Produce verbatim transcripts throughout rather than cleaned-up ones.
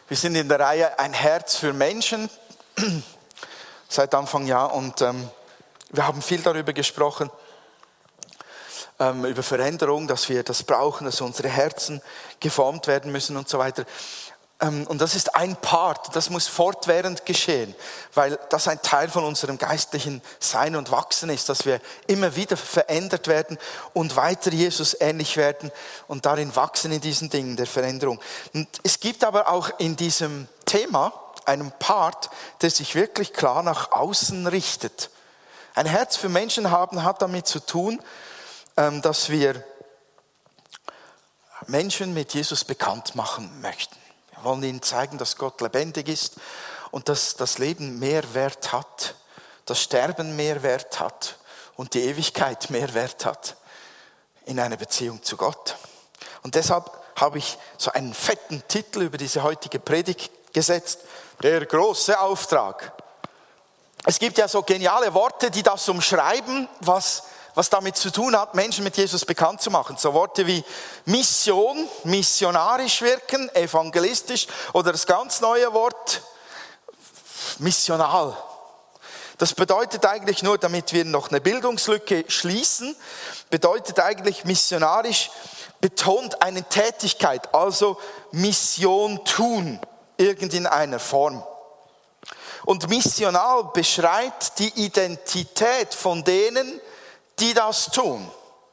Wir sind in der Reihe Ein Herz für Menschen seit Anfang Jahr und ähm, wir haben viel darüber gesprochen, ähm, über Veränderung, dass wir das brauchen, dass unsere Herzen geformt werden müssen und so weiter. Ähm, und das ist ein Part, das muss fortwährend geschehen, weil das ein Teil von unserem geistlichen Sein und Wachsen ist, dass wir immer wieder verändert werden und weiter Jesus ähnlich werden und darin wachsen in diesen Dingen der Veränderung. Und es gibt aber auch in diesem Thema einen Part, der sich wirklich klar nach außen richtet. Ein Herz für Menschen haben hat damit zu tun, dass wir Menschen mit Jesus bekannt machen möchten. Wir wollen ihnen zeigen, dass Gott lebendig ist und dass das Leben mehr Wert hat, das Sterben mehr Wert hat und die Ewigkeit mehr Wert hat in einer Beziehung zu Gott. Und deshalb habe ich so einen fetten Titel über diese heutige Predigt gesetzt: Der große Auftrag. Es gibt ja so geniale Worte, die das umschreiben, was was damit zu tun hat, Menschen mit Jesus bekannt zu machen. So Worte wie Mission, missionarisch wirken, evangelistisch oder das ganz neue Wort missional. Das bedeutet eigentlich nur, damit wir noch eine Bildungslücke schließen, bedeutet eigentlich missionarisch betont eine Tätigkeit, also Mission tun, irgend in einer Form. Und missional beschreibt die Identität von denen, die das tun.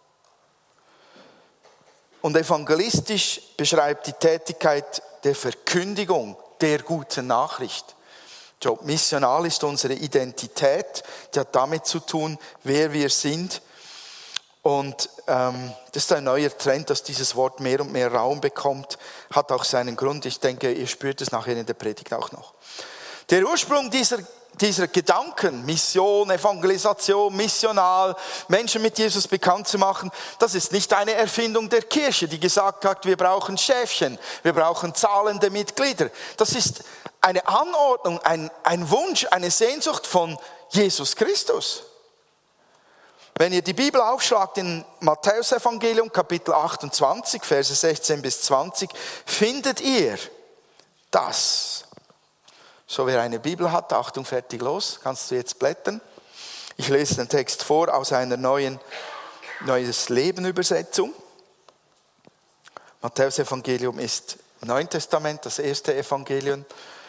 Und evangelistisch beschreibt die Tätigkeit der Verkündigung der guten Nachricht. So, missional ist unsere Identität, die hat damit zu tun, wer wir sind. Und ähm, das ist ein neuer Trend, dass dieses Wort mehr und mehr Raum bekommt, hat auch seinen Grund. Ich denke, ihr spürt es nachher in der Predigt auch noch. Der Ursprung dieser Dieser Gedanken, Mission, Evangelisation, missional, Menschen mit Jesus bekannt zu machen, das ist nicht eine Erfindung der Kirche, die gesagt hat, wir brauchen Schäfchen, wir brauchen zahlende Mitglieder. Das ist eine Anordnung, ein, ein Wunsch, eine Sehnsucht von Jesus Christus. Wenn ihr die Bibel aufschlagt in Matthäus-Evangelium, Kapitel achtundzwanzig, Verse sechzehn bis zwanzig, findet ihr das. So, wer eine Bibel hat, Achtung, fertig, los, kannst du jetzt blättern. Ich lese den Text vor aus einer neuen Neues Leben Übersetzung. Matthäus Evangelium ist im Neuen Testament, das erste Evangelium.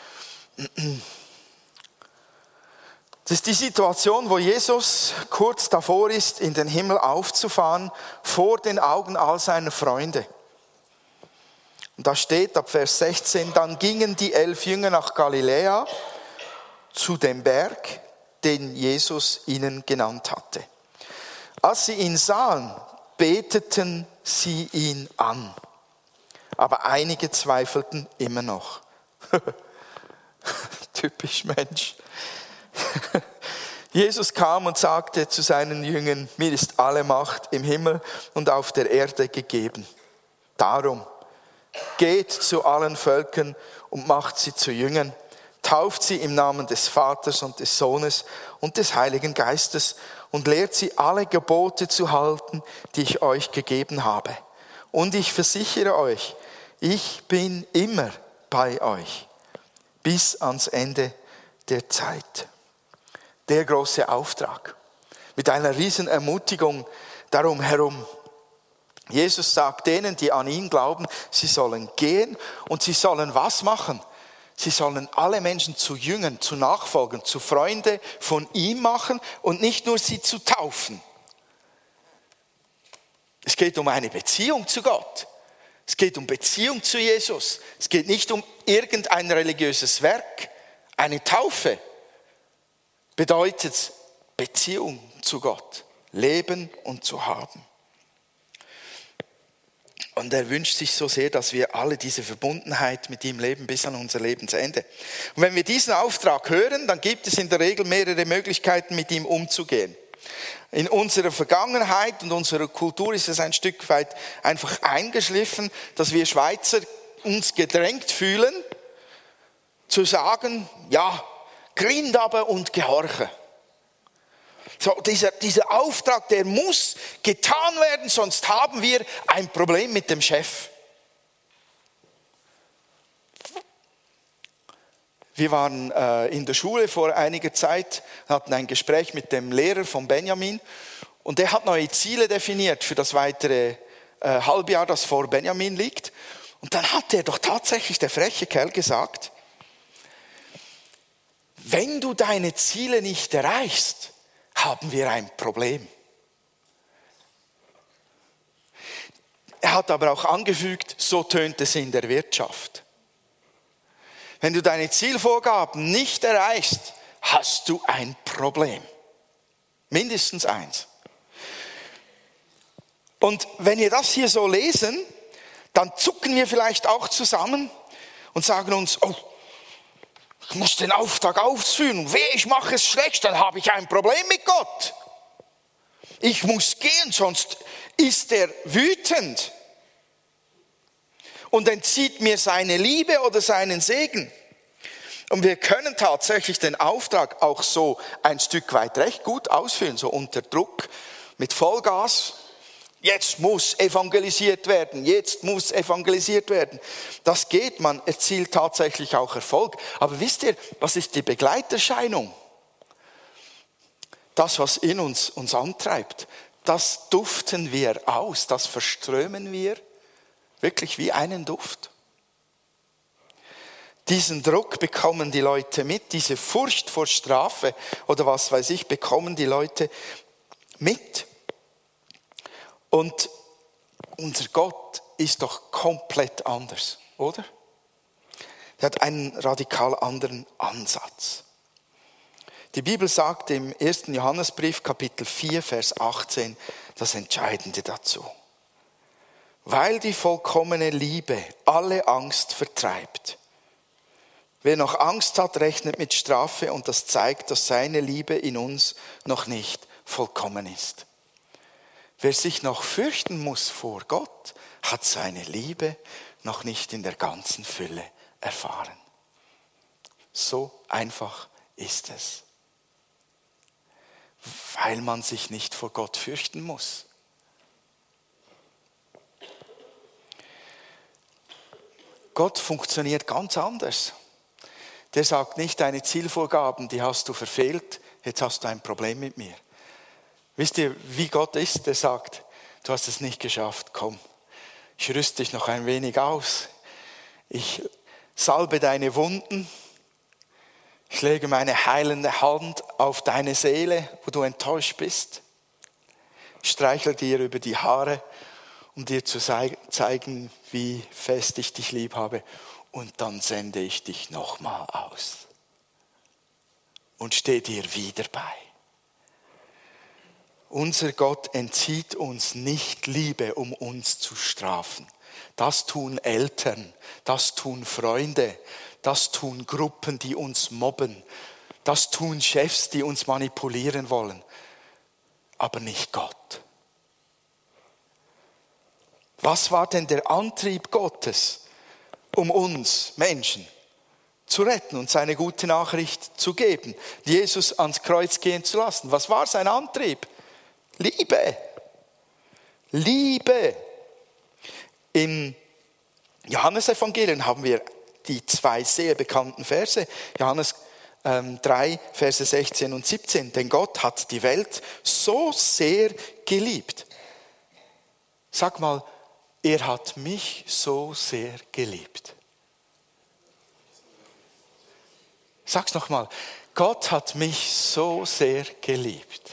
Das ist die Situation, wo Jesus kurz davor ist, in den Himmel aufzufahren, vor den Augen all seiner Freunde. Und da steht ab Vers sechzehn, dann gingen die elf Jünger nach Galiläa zu dem Berg, den Jesus ihnen genannt hatte. Als sie ihn sahen, beteten sie ihn an. Aber einige zweifelten immer noch. Typisch Mensch. Jesus kam und sagte zu seinen Jüngern, mir ist alle Macht im Himmel und auf der Erde gegeben. Darum geht zu allen Völkern und macht sie zu Jüngern, tauft sie im Namen des Vaters und des Sohnes und des Heiligen Geistes und lehrt sie alle Gebote zu halten, die ich euch gegeben habe. Und ich versichere euch, ich bin immer bei euch, bis ans Ende der Zeit. Der große Auftrag mit einer riesen Ermutigung darum herum. Jesus sagt denen, die an ihn glauben, sie sollen gehen und sie sollen was machen? Sie sollen alle Menschen zu Jüngern, zu Nachfolgern, zu Freunden von ihm machen und nicht nur sie zu taufen. Es geht um eine Beziehung zu Gott. Es geht um Beziehung zu Jesus. Es geht nicht um irgendein religiöses Werk. Eine Taufe bedeutet Beziehung zu Gott, leben und zu haben. Und er wünscht sich so sehr, dass wir alle diese Verbundenheit mit ihm leben bis an unser Lebensende. Und wenn wir diesen Auftrag hören, dann gibt es in der Regel mehrere Möglichkeiten, mit ihm umzugehen. In unserer Vergangenheit und unserer Kultur ist es ein Stück weit einfach eingeschliffen, dass wir Schweizer uns gedrängt fühlen, zu sagen, ja, grind aber und gehorche. So, dieser, dieser Auftrag, der muss getan werden, sonst haben wir ein Problem mit dem Chef. Wir waren äh, in der Schule vor einiger Zeit, hatten ein Gespräch mit dem Lehrer von Benjamin und der hat neue Ziele definiert für das weitere äh, Halbjahr, das vor Benjamin liegt. Und dann hat er doch tatsächlich, der freche Kerl, gesagt, wenn du deine Ziele nicht erreichst, haben wir ein Problem. Er hat aber auch angefügt, so tönt es in der Wirtschaft. Wenn du deine Zielvorgaben nicht erreichst, hast du ein Problem. Mindestens eins. Und wenn wir das hier so lesen, dann zucken wir vielleicht auch zusammen und sagen uns, oh, ich muss den Auftrag ausführen. Wehe, ich mache es schlecht, dann habe ich ein Problem mit Gott. Ich muss gehen, sonst ist er wütend und entzieht mir seine Liebe oder seinen Segen. Und wir können tatsächlich den Auftrag auch so ein Stück weit recht gut ausführen, so unter Druck, mit Vollgas. Jetzt muss evangelisiert werden, jetzt muss evangelisiert werden. Das geht, man erzielt tatsächlich auch Erfolg. Aber wisst ihr, was ist die Begleiterscheinung? Das, was in uns uns antreibt, das duften wir aus, das verströmen wir wirklich wie einen Duft. Diesen Druck bekommen die Leute mit, diese Furcht vor Strafe oder was weiß ich, bekommen die Leute mit. Und unser Gott ist doch komplett anders, oder? Er hat einen radikal anderen Ansatz. Die Bibel sagt im ersten Johannesbrief, Kapitel vier, Vers achtzehn, das Entscheidende dazu. Weil die vollkommene Liebe alle Angst vertreibt. Wer noch Angst hat, rechnet mit Strafe und das zeigt, dass seine Liebe in uns noch nicht vollkommen ist. Wer sich noch fürchten muss vor Gott, hat seine Liebe noch nicht in der ganzen Fülle erfahren. So einfach ist es. Weil man sich nicht vor Gott fürchten muss. Gott funktioniert ganz anders. Der sagt nicht, deine Zielvorgaben, die hast du verfehlt, jetzt hast du ein Problem mit mir. Wisst ihr, wie Gott ist? Der sagt, du hast es nicht geschafft, komm, ich rüste dich noch ein wenig aus. Ich salbe deine Wunden. Ich lege meine heilende Hand auf deine Seele, wo du enttäuscht bist. Ich streichle dir über die Haare, um dir zu zeigen, wie fest ich dich lieb habe. Und dann sende ich dich nochmal aus. Und stehe dir wieder bei. Unser Gott entzieht uns nicht Liebe, um uns zu strafen. Das tun Eltern, das tun Freunde, das tun Gruppen, die uns mobben. Das tun Chefs, die uns manipulieren wollen. Aber nicht Gott. Was war denn der Antrieb Gottes, um uns Menschen zu retten und seine gute Nachricht zu geben, Jesus ans Kreuz gehen zu lassen? Was war sein Antrieb? Liebe. Liebe. Im Johannesevangelium haben wir die zwei sehr bekannten Verse. Johannes ähm, drei, Verse sechzehn und siebzehn. Denn Gott hat die Welt so sehr geliebt. Sag mal, er hat mich so sehr geliebt. Sag's nochmal. Gott hat mich so sehr geliebt,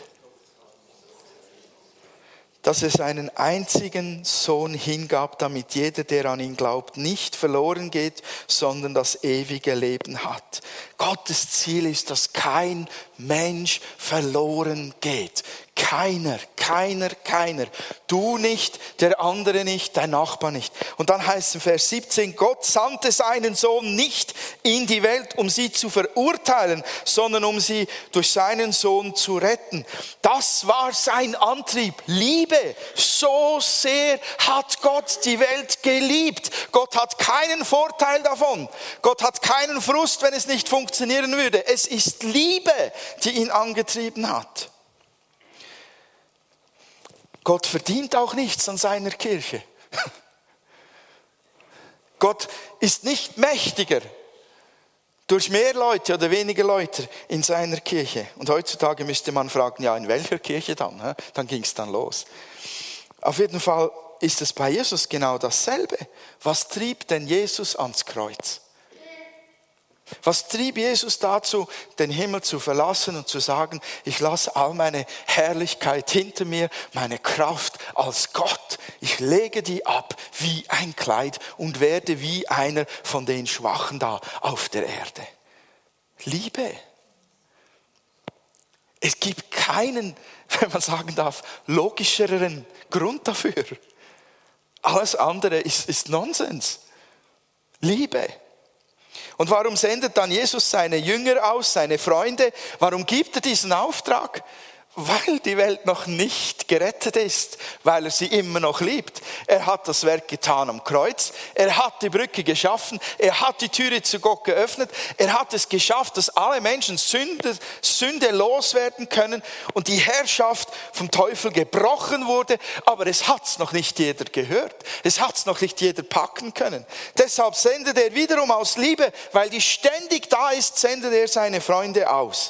dass es einen einzigen Sohn hingab, damit jeder, der an ihn glaubt, nicht verloren geht, sondern das ewige Leben hat. Gottes Ziel ist, dass kein Mensch verloren geht. Keiner, keiner, keiner. Du nicht, der andere nicht, dein Nachbar nicht. Und dann heißt es in Vers siebzehn, Gott sandte seinen Sohn nicht in die Welt, um sie zu verurteilen, sondern um sie durch seinen Sohn zu retten. Das war sein Antrieb. Liebe. So sehr hat Gott die Welt geliebt. Gott hat keinen Vorteil davon. Gott hat keinen Frust, wenn es nicht funktionieren würde. Es ist Liebe, die ihn angetrieben hat. Gott verdient auch nichts an seiner Kirche. Gott ist nicht mächtiger, Durch mehr Leute oder weniger Leute in seiner Kirche. Und heutzutage müsste man fragen, ja, in welcher Kirche dann? He? Dann ging es dann los. Auf jeden Fall ist es bei Jesus genau dasselbe. Was trieb denn Jesus ans Kreuz? Was trieb Jesus dazu, den Himmel zu verlassen und zu sagen, ich lasse all meine Herrlichkeit hinter mir, meine Kraft als Gott. Ich lege die ab wie ein Kleid und werde wie einer von den Schwachen da auf der Erde. Liebe. Es gibt keinen, wenn man sagen darf, logischeren Grund dafür. Alles andere ist, ist Nonsens. Liebe. Und warum sendet dann Jesus seine Jünger aus, seine Freunde? Warum gibt er diesen Auftrag? Weil die Welt noch nicht gerettet ist, weil er sie immer noch liebt. Er hat das Werk getan am Kreuz, er hat die Brücke geschaffen, er hat die Türe zu Gott geöffnet, er hat es geschafft, dass alle Menschen Sünde, Sünde loswerden können und die Herrschaft vom Teufel gebrochen wurde, aber es hat es noch nicht jeder gehört, es hat es noch nicht jeder packen können. Deshalb sendet er wiederum aus Liebe, weil die ständig da ist, sendet er seine Freunde aus.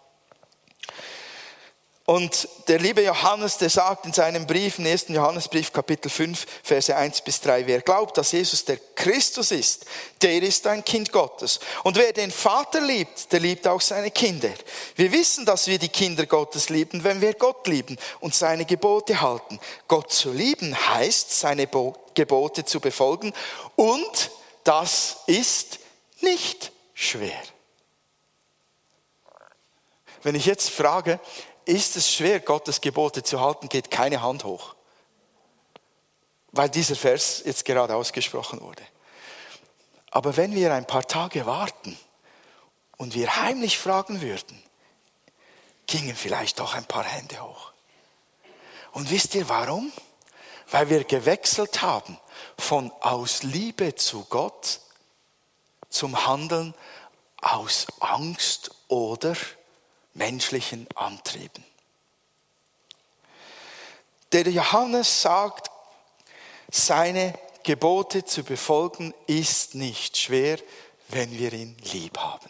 Und der liebe Johannes, der sagt in seinem Brief, im ersten Johannesbrief, Kapitel fünf, Verse eins bis drei, wer glaubt, dass Jesus der Christus ist, der ist ein Kind Gottes. Und wer den Vater liebt, der liebt auch seine Kinder. Wir wissen, dass wir die Kinder Gottes lieben, wenn wir Gott lieben und seine Gebote halten. Gott zu lieben heißt, seine Gebote zu befolgen, und das ist nicht schwer. Wenn ich jetzt frage, ist es schwer, Gottes Gebote zu halten, geht keine Hand hoch. Weil dieser Vers jetzt gerade ausgesprochen wurde. Aber wenn wir ein paar Tage warten und wir heimlich fragen würden, gingen vielleicht doch ein paar Hände hoch. Und wisst ihr warum? Weil wir gewechselt haben von aus Liebe zu Gott zum Handeln aus Angst oder menschlichen Antrieben. Der Johannes sagt, seine Gebote zu befolgen ist nicht schwer, wenn wir ihn lieb haben.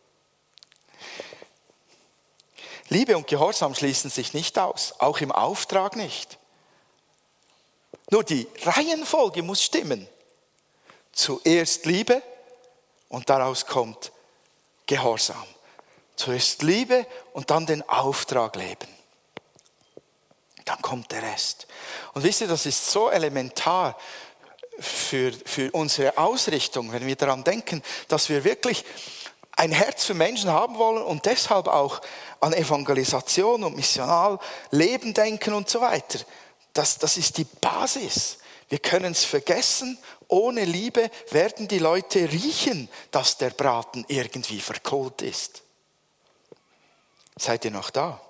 Liebe und Gehorsam schließen sich nicht aus, auch im Auftrag nicht. Nur die Reihenfolge muss stimmen. Zuerst Liebe und daraus kommt Gehorsam. Zuerst Liebe und dann den Auftrag leben. Dann kommt der Rest. Und wisst ihr, das ist so elementar für, für unsere Ausrichtung, wenn wir daran denken, dass wir wirklich ein Herz für Menschen haben wollen und deshalb auch an Evangelisation und Missionalleben denken und so weiter. Das, das ist die Basis. Wir können es vergessen. Ohne Liebe werden die Leute riechen, dass der Braten irgendwie verkohlt ist. Seid ihr noch da?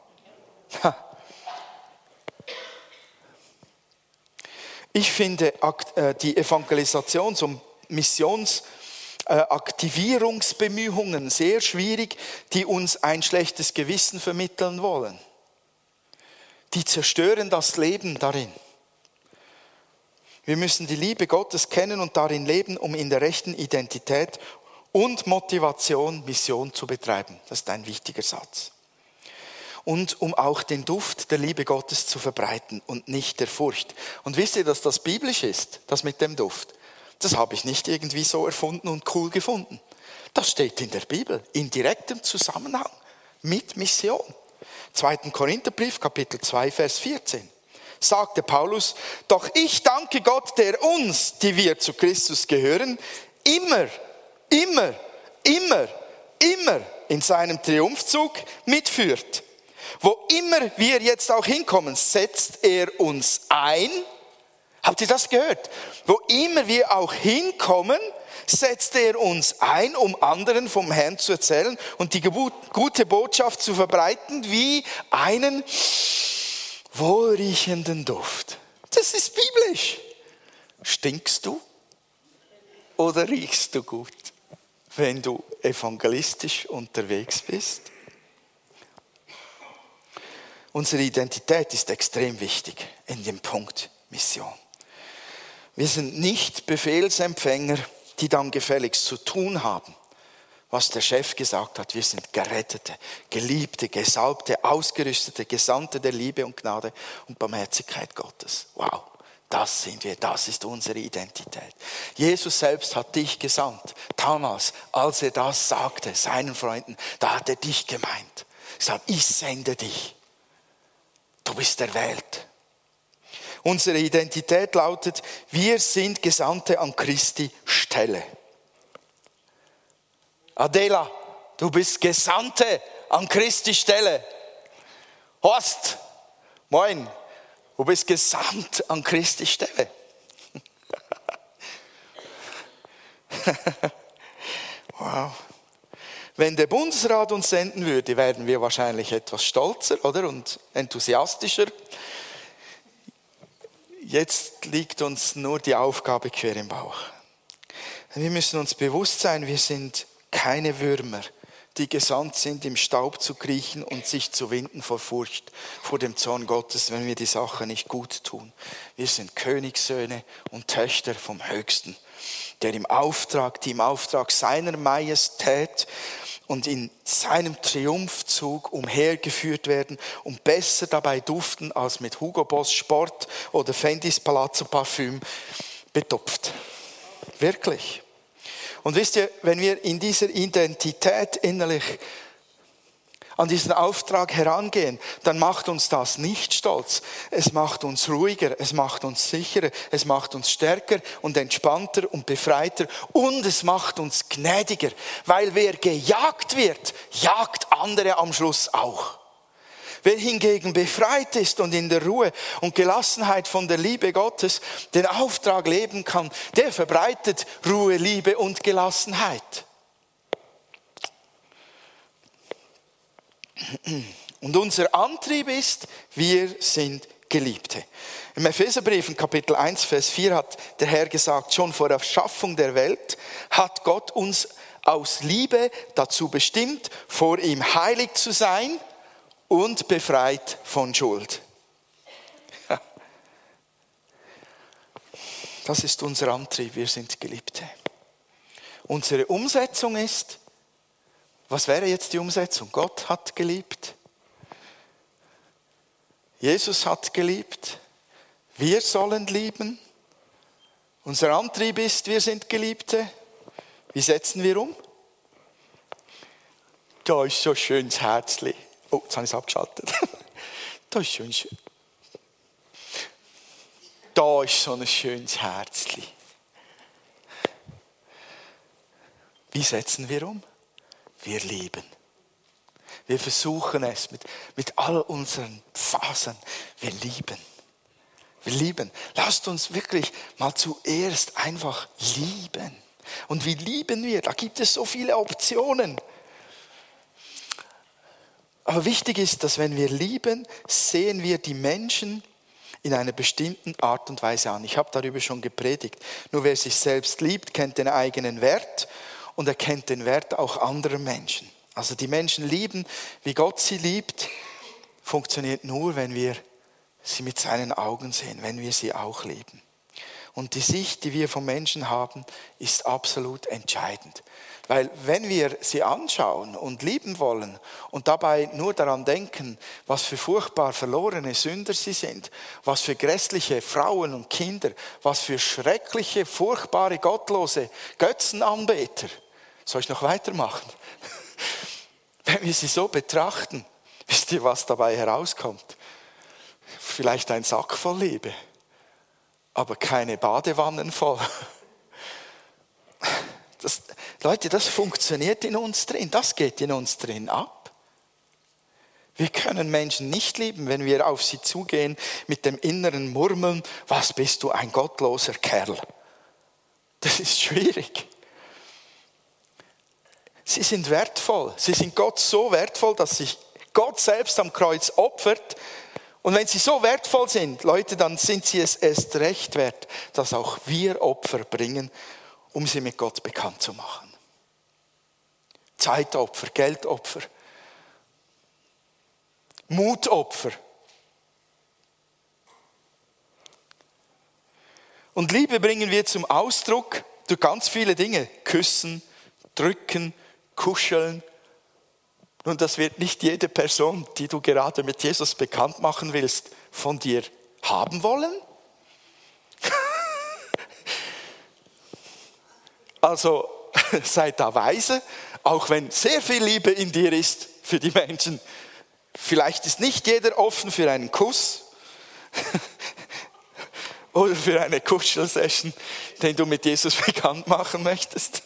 Ich finde die Evangelisations- und Missionsaktivierungsbemühungen sehr schwierig, die uns ein schlechtes Gewissen vermitteln wollen. Die zerstören das Leben darin. Wir müssen die Liebe Gottes kennen und darin leben, um in der rechten Identität und Motivation Mission zu betreiben. Das ist ein wichtiger Satz. Und um auch den Duft der Liebe Gottes zu verbreiten und nicht der Furcht. Und wisst ihr, dass das biblisch ist, das mit dem Duft? Das habe ich nicht irgendwie so erfunden und cool gefunden. Das steht in der Bibel, in direktem Zusammenhang mit Mission. zweiter Korintherbrief, Kapitel zwei, Vers vierzehn. Sagte Paulus, doch ich danke Gott, der uns, die wir zu Christus gehören, immer, immer, immer, immer in seinem Triumphzug mitführt. Wo immer wir jetzt auch hinkommen, setzt er uns ein. Habt ihr das gehört? Wo immer wir auch hinkommen, setzt er uns ein, um anderen vom Herrn zu erzählen und die gute Botschaft zu verbreiten wie einen wohlriechenden Duft. Das ist biblisch. Stinkst du oder riechst du gut, wenn du evangelistisch unterwegs bist? Unsere Identität ist extrem wichtig in dem Punkt Mission. Wir sind nicht Befehlsempfänger, die dann gefälligst zu tun haben, was der Chef gesagt hat. Wir sind Gerettete, Geliebte, Gesalbte, Ausgerüstete, Gesandte der Liebe und Gnade und Barmherzigkeit Gottes. Wow, das sind wir, das ist unsere Identität. Jesus selbst hat dich gesandt. Damals, als er das sagte, seinen Freunden, da hat er dich gemeint. Er sagt, ich sende dich. Du bist erwählt. Unsere Identität lautet, wir sind Gesandte an Christi Stelle. Adela, du bist Gesandte an Christi Stelle. Horst, moin, du bist gesandt an Christi Stelle. Wow. Wenn der Bundesrat uns senden würde, wären wir wahrscheinlich etwas stolzer, oder? Und enthusiastischer. Jetzt liegt uns nur die Aufgabe quer im Bauch. Wir müssen uns bewusst sein, wir sind keine Würmer, die gesandt sind, im Staub zu kriechen und sich zu winden vor Furcht, vor dem Zorn Gottes, wenn wir die Sache nicht gut tun. Wir sind Königssöhne und Töchter vom Höchsten, der im Auftrag, die im Auftrag seiner Majestät und in seinem Triumphzug umhergeführt werden und besser dabei duften als mit Hugo Boss Sport oder Fendi's Palazzo Parfüm betupft. Wirklich. Und wisst ihr, wenn wir in dieser Identität innerlich an diesen Auftrag herangehen, dann macht uns das nicht stolz. Es macht uns ruhiger, es macht uns sicherer, es macht uns stärker und entspannter und befreiter und es macht uns gnädiger, weil wer gejagt wird, jagt andere am Schluss auch. Wer hingegen befreit ist und in der Ruhe und Gelassenheit von der Liebe Gottes den Auftrag leben kann, der verbreitet Ruhe, Liebe und Gelassenheit. Und unser Antrieb ist, wir sind Geliebte. Im Epheserbrief in Kapitel eins, Vers vier hat der Herr gesagt, schon vor der Schaffung der Welt hat Gott uns aus Liebe dazu bestimmt, vor ihm heilig zu sein und befreit von Schuld. Das ist unser Antrieb, wir sind Geliebte. Unsere Umsetzung ist, was wäre jetzt die Umsetzung? Gott hat geliebt. Jesus hat geliebt. Wir sollen lieben. Unser Antrieb ist, wir sind Geliebte. Wie setzen wir um? Da ist so schönes Herzli. Oh, jetzt habe ich es abgeschaltet. Da ist schön. Da ist so ein schönes Herzli. Wie setzen wir um? Wir lieben. Wir versuchen es mit, mit all unseren Fasern. Wir lieben. Wir lieben. Lasst uns wirklich mal zuerst einfach lieben. Und wie lieben wir? Da gibt es so viele Optionen. Aber wichtig ist, dass wenn wir lieben, sehen wir die Menschen in einer bestimmten Art und Weise an. Ich habe darüber schon gepredigt. Nur wer sich selbst liebt, kennt den eigenen Wert. Und er kennt den Wert auch anderer Menschen. Also die Menschen lieben, wie Gott sie liebt, funktioniert nur, wenn wir sie mit seinen Augen sehen, wenn wir sie auch lieben. Und die Sicht, die wir vom Menschen haben, ist absolut entscheidend. Weil wenn wir sie anschauen und lieben wollen und dabei nur daran denken, was für furchtbar verlorene Sünder sie sind, was für grässliche Frauen und Kinder, was für schreckliche, furchtbare, gottlose Götzenanbeter, soll ich noch weitermachen? Wenn wir sie so betrachten, wisst ihr, was dabei herauskommt? Vielleicht ein Sack voll Liebe, aber keine Badewannen voll. Das, Leute, das funktioniert in uns drin, das geht in uns drin ab. Wir können Menschen nicht lieben, wenn wir auf sie zugehen mit dem inneren Murmeln, was bist du, ein gottloser Kerl. Das ist schwierig. Sie sind wertvoll. Sie sind Gott so wertvoll, dass sich Gott selbst am Kreuz opfert. Und wenn sie so wertvoll sind, Leute, dann sind sie es erst recht wert, dass auch wir Opfer bringen, um sie mit Gott bekannt zu machen. Zeitopfer, Geldopfer, Mutopfer. Und Liebe bringen wir zum Ausdruck durch ganz viele Dinge. Küssen, drücken, kuscheln. Und das wird nicht jede Person, die du gerade mit Jesus bekannt machen willst, von dir haben wollen. Also sei da weise, auch wenn sehr viel Liebe in dir ist für die Menschen. Vielleicht ist nicht jeder offen für einen Kuss oder für eine Kuschelsession, den du mit Jesus bekannt machen möchtest.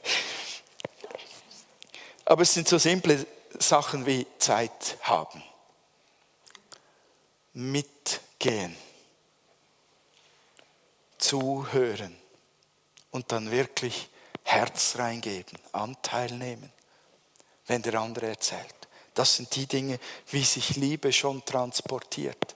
Aber es sind so simple Sachen wie Zeit haben, mitgehen, zuhören und dann wirklich Herz reingeben, Anteil nehmen, wenn der andere erzählt. Das sind die Dinge, wie sich Liebe schon transportiert.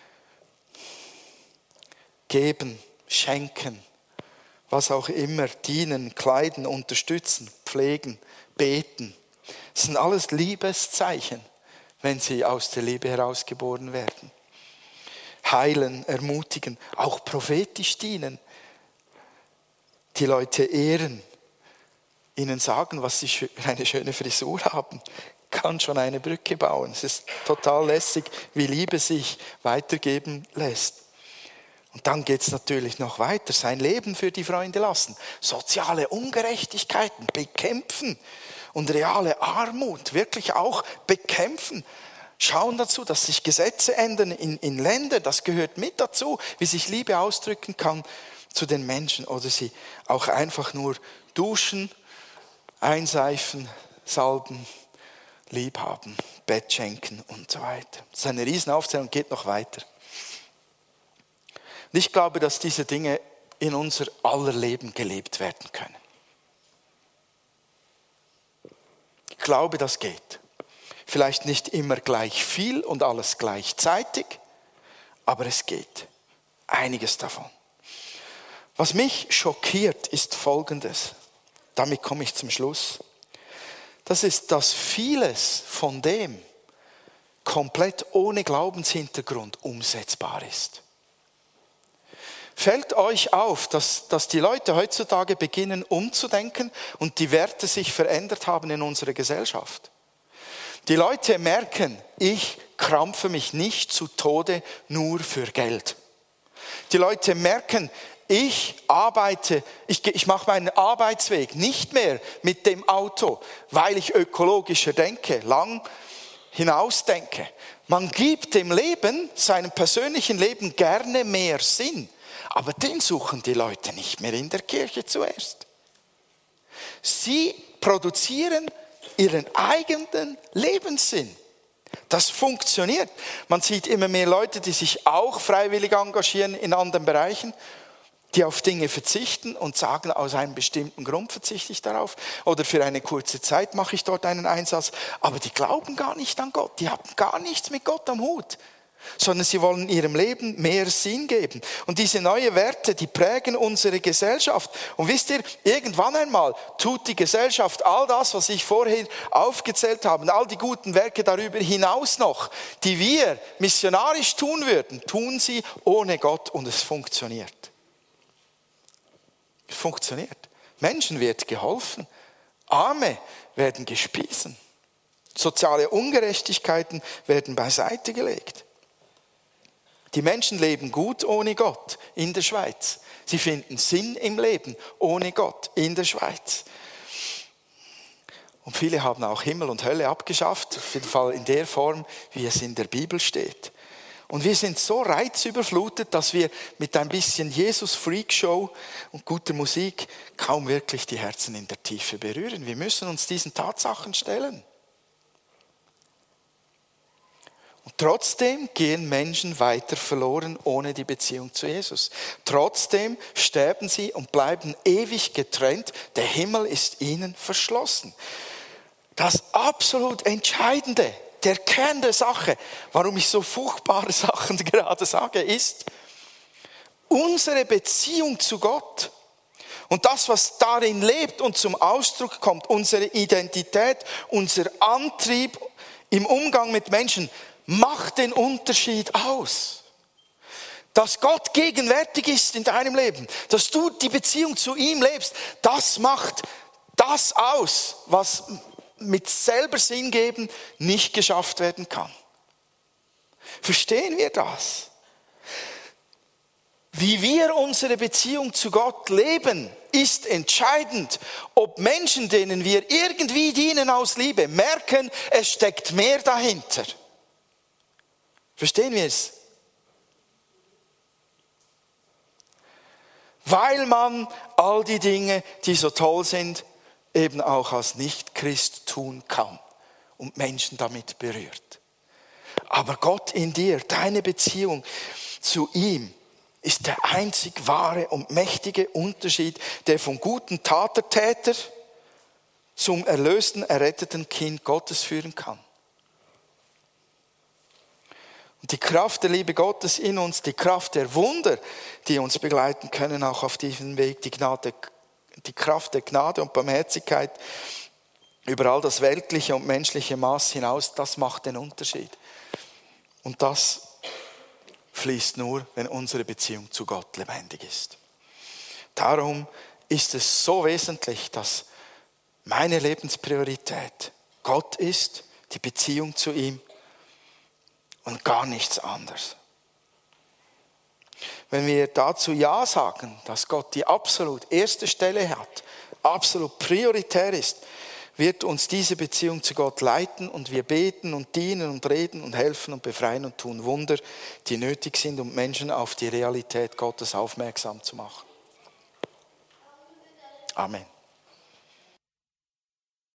Geben, schenken, was auch immer, dienen, kleiden, unterstützen, pflegen, beten. Das sind alles Liebeszeichen, wenn sie aus der Liebe herausgeboren werden. Heilen, ermutigen, auch prophetisch dienen, die Leute ehren, ihnen sagen, was sie für eine schöne Frisur haben, kann schon eine Brücke bauen. Es ist total lässig, wie Liebe sich weitergeben lässt. Und dann geht es natürlich noch weiter, sein Leben für die Freunde lassen, soziale Ungerechtigkeiten bekämpfen und reale Armut wirklich auch bekämpfen. Schauen dazu, dass sich Gesetze ändern in, in Ländern, das gehört mit dazu, wie sich Liebe ausdrücken kann zu den Menschen. Oder sie auch einfach nur duschen, einseifen, salben, lieb haben, Bett schenken und so weiter. Das ist eine Riesenaufzählung, geht noch weiter. Und ich glaube, dass diese Dinge in unser aller Leben gelebt werden können. Ich glaube, das geht. Vielleicht nicht immer gleich viel und alles gleichzeitig, aber es geht. Einiges davon. Was mich schockiert, ist Folgendes. Damit komme ich zum Schluss. Das ist, dass vieles von dem komplett ohne Glaubenshintergrund umsetzbar ist. Fällt euch auf, dass, dass die Leute heutzutage beginnen umzudenken und die Werte sich verändert haben in unserer Gesellschaft? Die Leute merken, ich krampfe mich nicht zu Tode nur für Geld. Die Leute merken, ich arbeite, ich, ich mache meinen Arbeitsweg nicht mehr mit dem Auto, weil ich ökologischer denke, lang hinaus denke. Man gibt dem Leben, seinem persönlichen Leben gerne mehr Sinn. Aber den suchen die Leute nicht mehr in der Kirche zuerst. Sie produzieren ihren eigenen Lebenssinn. Das funktioniert. Man sieht immer mehr Leute, die sich auch freiwillig engagieren in anderen Bereichen, die auf Dinge verzichten und sagen, aus einem bestimmten Grund verzichte ich darauf oder für eine kurze Zeit mache ich dort einen Einsatz. Aber die glauben gar nicht an Gott, die haben gar nichts mit Gott am Hut, sondern sie wollen ihrem Leben mehr Sinn geben. Und diese neuen Werte, die prägen unsere Gesellschaft. Und wisst ihr, irgendwann einmal tut die Gesellschaft all das, was ich vorhin aufgezählt habe, all die guten Werke darüber hinaus noch, die wir missionarisch tun würden, tun sie ohne Gott und es funktioniert. Es funktioniert. Menschen wird geholfen. Arme werden gespiesen. Soziale Ungerechtigkeiten werden beiseite gelegt. Die Menschen leben gut ohne Gott in der Schweiz. Sie finden Sinn im Leben ohne Gott in der Schweiz. Und viele haben auch Himmel und Hölle abgeschafft, auf jeden Fall in der Form, wie es in der Bibel steht. Und wir sind so reizüberflutet, dass wir mit ein bisschen Jesus-Freakshow und guter Musik kaum wirklich die Herzen in der Tiefe berühren. Wir müssen uns diesen Tatsachen stellen. Und trotzdem gehen Menschen weiter verloren ohne die Beziehung zu Jesus. Trotzdem sterben sie und bleiben ewig getrennt. Der Himmel ist ihnen verschlossen. Das absolut Entscheidende, der Kern der Sache, warum ich so furchtbare Sachen gerade sage, ist unsere Beziehung zu Gott. Und das, was darin lebt und zum Ausdruck kommt, unsere Identität, unser Antrieb im Umgang mit Menschen, macht den Unterschied aus. Dass Gott gegenwärtig ist in deinem Leben, dass du die Beziehung zu ihm lebst, das macht das aus, was mit selber Sinn geben nicht geschafft werden kann. Verstehen wir das? Wie wir unsere Beziehung zu Gott leben, ist entscheidend, ob Menschen, denen wir irgendwie dienen aus Liebe, merken, es steckt mehr dahinter. Verstehen wir es? Weil man all die Dinge, die so toll sind, eben auch als Nicht-Christ tun kann und Menschen damit berührt. Aber Gott in dir, deine Beziehung zu ihm, ist der einzig wahre und mächtige Unterschied, der vom guten Tatertäter zum erlösten, erretteten Kind Gottes führen kann. Und die Kraft der Liebe Gottes in uns, die Kraft der Wunder, die uns begleiten können, auch auf diesem Weg, die Gnade, die Kraft der Gnade und Barmherzigkeit über all das weltliche und menschliche Maß hinaus, das macht den Unterschied. Und das fließt nur, wenn unsere Beziehung zu Gott lebendig ist. Darum ist es so wesentlich, dass meine Lebenspriorität Gott ist, die Beziehung zu ihm und gar nichts anderes. Wenn wir dazu Ja sagen, dass Gott die absolut erste Stelle hat, absolut prioritär ist, wird uns diese Beziehung zu Gott leiten und wir beten und dienen und reden und helfen und befreien und tun Wunder, die nötig sind, um Menschen auf die Realität Gottes aufmerksam zu machen. Amen.